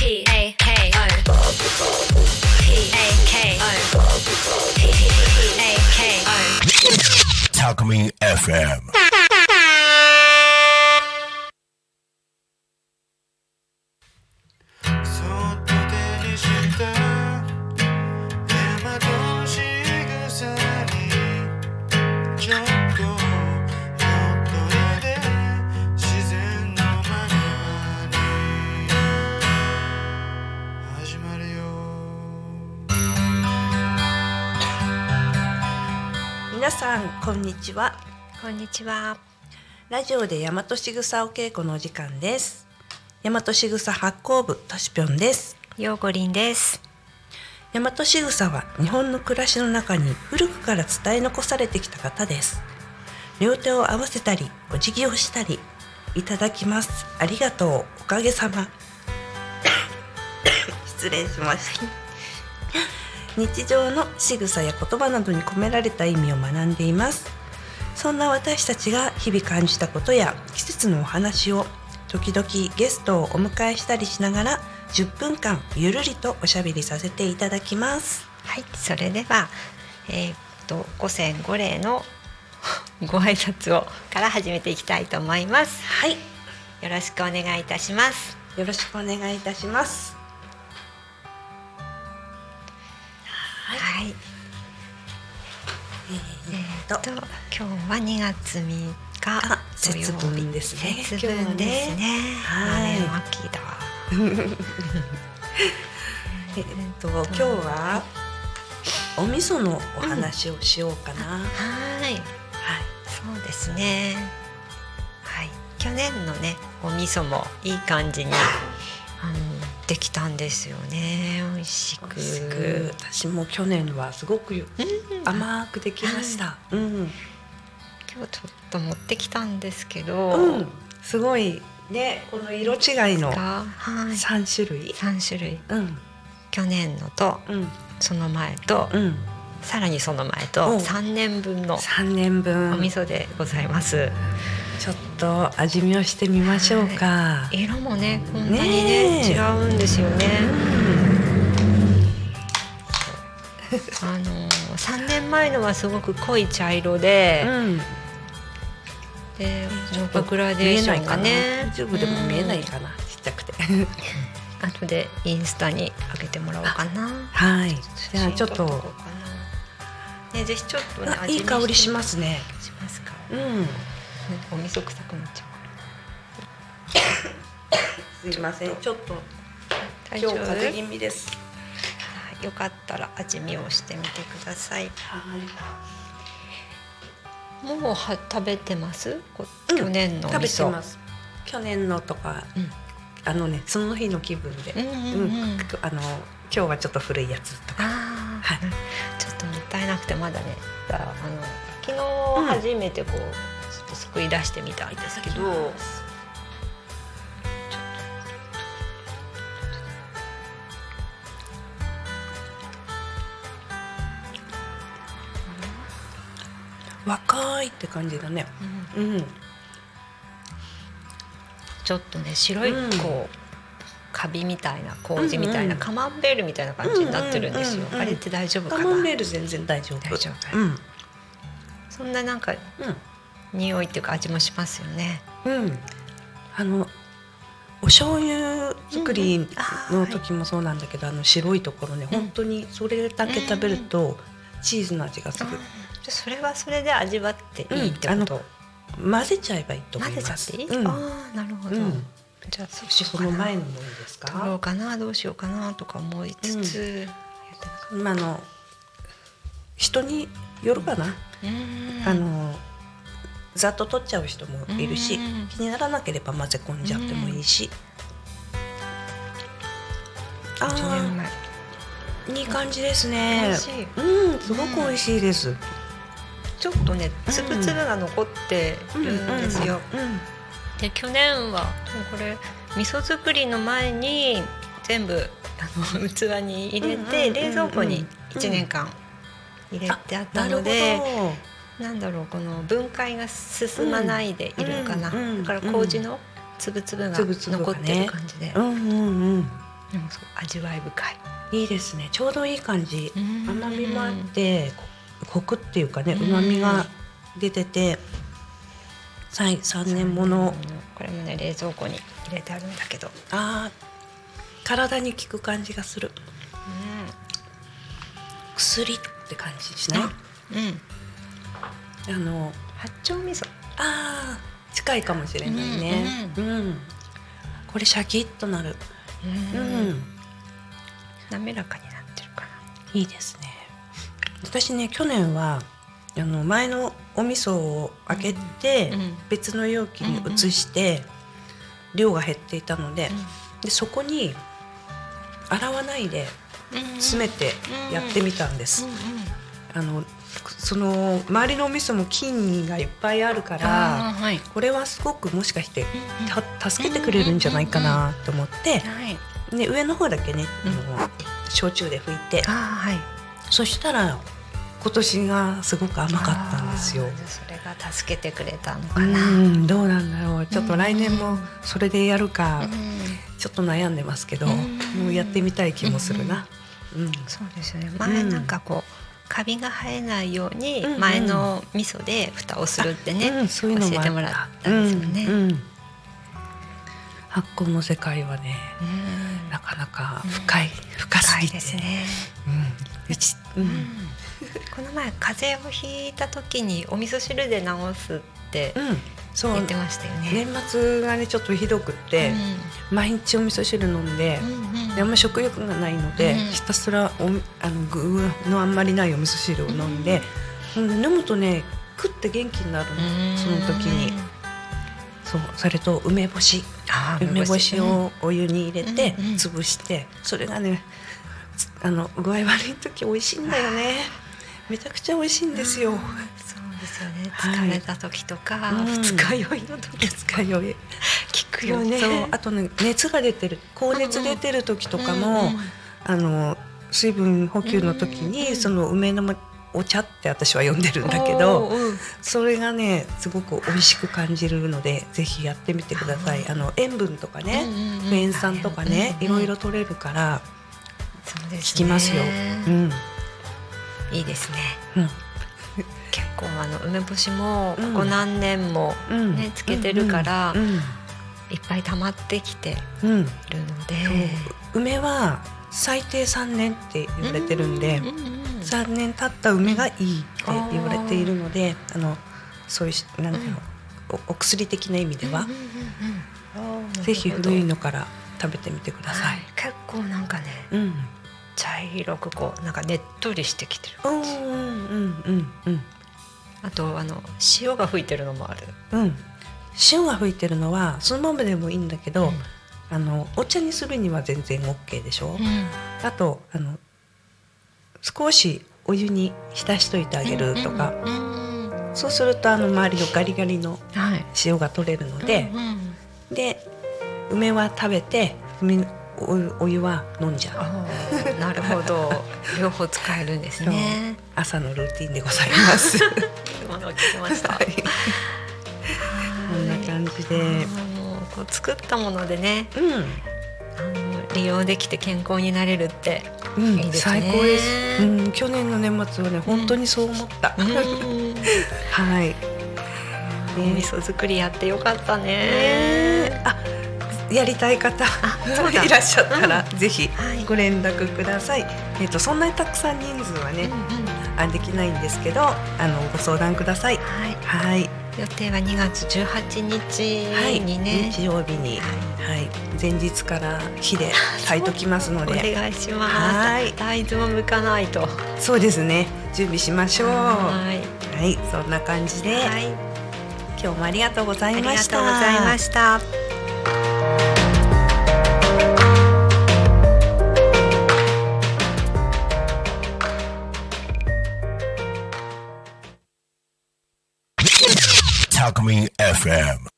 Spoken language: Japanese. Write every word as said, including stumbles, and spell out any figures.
P A K O P A K O P A K O Talkme エフエム。 皆さんこんにちは。 こんにちは。 ラジオで大和しぐさお稽古のお時間です。大和しぐさ発行部としぴょんです。 ようごりんです。 大和しぐさは日本の暮らしの中に古くから伝え残されてきた方です。両手を合わせたりお辞儀をしたり、いただきます、ありがとう、おかげさま失礼しました日常の仕草や言葉などに込められた意味を学んでいます。そんな私たちが日々感じたことや季節のお話を時々ゲストをお迎えしたりしながらじゅっぷんかんゆるりとおしゃべりさせていただきます。 はい、それでは、えー、っと五千五礼のご挨拶をから始めていきたいと思います。 はい、 よろしくお願いいたします。 よろしくお願いいたします。 はい、えー、っと今日はにがつみっか土曜日、 節分ですね。 節分ですね。 はい、 豆まきだえっと今日はお味噌のお話をしようかな。 うん、はい、はい、そうですね。はい、去年のねお味噌もいい感じにあのできたんですよね。美味しく。 美味しく、私も去年はすごく、うん、甘くできました。はい、うん、 今日ちょっと持ってきたんですけど、 うん、すごいね、この色違いのさんしゅるい、 さんしゅるい、 うん、 去年のと、うん、その前と、うん、さらにその前とさんねんぶんのさんねんぶんお味噌でございます。 ちょっと味見をしてみましょうか。 はい、色もねこんなにね違うんですよね。うん、あのさんねんまえのはすごく濃い茶色で、うん、でグラデーションがね YouTube でも見えないかな、うん、ちっちゃくて後でインスタに上げてもらおうかな。 はい、じゃあちょっとね、ぜひちょっとねいい香りしますね。 しますか。 うん、 お味噌臭くなっちゃうすいません、ちょっと今日風邪気味です。 よかったら味見をしてみてください。 はい、 もうは食べてます？うん、去年の味噌。 食べてます。去年のとか、うん、あのねその日の気分で、うんうんうん、あの今日はちょっと古いやつとか、 はい、ちょっともったいなくてまだね、あの昨日初めてこう、うん、ちょっとすくい出してみたんですけど。 若いって感じだね。うんうん、 ちょっとね白いこう、カビみたいな麹みたいな、うんうん、カマンベールみたいな感じになってるんですよ。うんうんうんうん、あれって大丈夫かな？ カマンベール全然大丈夫。 大丈夫。うん、そんななんか、うん、匂いっていうか味もしますよね。 うん、あのお醤油作りの時もそうなんだけど、うんうん、あの白いところね、うん、本当にそれだけ食べるとチーズの味がする。 それはそれで味わっていいってこと、 うん、混ぜちゃえばいいと思います。 混ぜちゃっていい、うん、ああなるほど、うん、じゃあそその前のもいいですか？ 取ろうかな、どうしようかなとか思いつつ、 うん、今の人によるかな、うん、あのざっと取っちゃう人もいるし、うん、気にならなければ混ぜ込んじゃってもいいし、 うん、あいちねんまえいい感じですね。 美味しい、 うん、すごく美味しいです。 ちょっとねつぶつぶが残ってるんですよ。で去年はこれ味噌作りの前に全部あの器に入れて冷蔵庫にいちねんかん入れてあったので、なんだろうこの分解が進まないでいるかな、だから麹のつぶつぶが残ってる感じで、 でもそう味わい深い。いいですね。ちょうどいい感じ。 うん甘みもあってコクっていうかね、旨味が出てて、さんねんもの。 これもね冷蔵庫に入れてあるんだけど、 あー、体に効く感じがする。薬って感じしない？ うん、 あの八丁味噌、 あー近いかもしれないね。うん、うん、これシャキッとなる。うん、うん、 滑らかになってるかな。 いいですね。私ね去年はあの前のお味噌を開けて、うん、別の容器に移して、うん、量が減っていたので、うん、でそこに洗わないで詰めてやってみたんです。あのその周りのお味噌も菌がいっぱいあるから、はい、これはすごくもしかして助けてくれるんじゃないかなと思って、で上の方だけね、うん、焼酎で拭いて、はい、そしたら今年がすごく甘かったんですよ。 それが助けてくれたのかな。 うん、どうなんだろう。ちょっと来年もそれでやるか、ちょっと悩んでますけど、もうやってみたい気もするな。 うん、そうですよね。前なんかこうカビが生えないように前の味噌で蓋をするってね、うんうん、そういうのも教えてもらったんですよね。うんうん、 発酵の世界はね、うん、なかなか深い、うん、深すぎて、深いですね。 うんうん、この前風邪をひいた時にお味噌汁で治すって言ってましたよね。 年末がねちょっとひどくって、うん、毎日お味噌汁飲んで、うんうん、であんま食欲がないので、うん、ひたすらおあの具のあんまりないお味噌汁を飲んで、うん、飲むとね食って元気になるの、その時に。そう、それと梅干し、梅干しをお湯に入れて潰して、それがねあの具合悪い時美味しいんだよね。めちゃくちゃ美味しいんですよ。 そうですよね。疲れた時とか、はい、二日酔いの時、 二日酔い効くよね。 そう、あとね熱が出てる、高熱出てる時とかも、うんうん、あの水分補給の時に、うんうん、その梅のお茶って私は呼んでるんだけど、うん、それがねすごく美味しく感じるのでぜひやってみてください。あの塩分とかね、うんうん、クエン酸とかね、うんうん、いろいろ取れるからそうですね、 効きますよ。うん、 いいですね。うん、結構あの梅干しもここ何年もね、うん、つけてるから、うんうんうん、いっぱい溜まってきてるので、 うん、梅は最低さんねんって言われてるんで、うんうんうん、さんねん経った梅がいいって言われているので、あのそういうなんていうの、うん、お, お薬的な意味では、うんうん、ぜひ古いのから食べてみてください。はい、 結構なんかね、うん、茶色くこうなんかねっとりしてきてる感じ。うんうんうんうん、あとあの塩が吹いてるのもある。 うん、塩が吹いてるのはそのままでもいいんだけど、うん、あのお茶にするには全然 OK でしょ。うん、あとあの少しお湯に浸しといてあげるとか、うんうん、そうするとあの周りのガリガリの塩が取れるので、はいうんうん、で梅は食べてお, お湯は飲んじゃう。なるほど両方使えるんですね。 朝のルーティンでございます今の聞きました、はい、 こんな感じでもうこう作ったものでね、うん、あの利用できて健康になれるっていいですね。 うん、最高です、うん、去年の年末はね本当にそう思った、うん、はい、 お味噌作りやってよかったね。 ねあやりたい方いらっしゃったら、うん、ぜひご連絡ください。はい、えーと、そんなにたくさん人数はね、うんうん、あできないんですけどあのご相談ください。はい、はい、 予定はにがつじゅうはちにちにね、 はい、日曜日に、はいはい、前日から火で炊いときますのでお願いします。はい、大豆も剥かないと。 そうですね、準備しましょう。はい、はい、そんな感じで、はい、今日もありがとうございました。 ありがとうございました。 Alchemy エフエム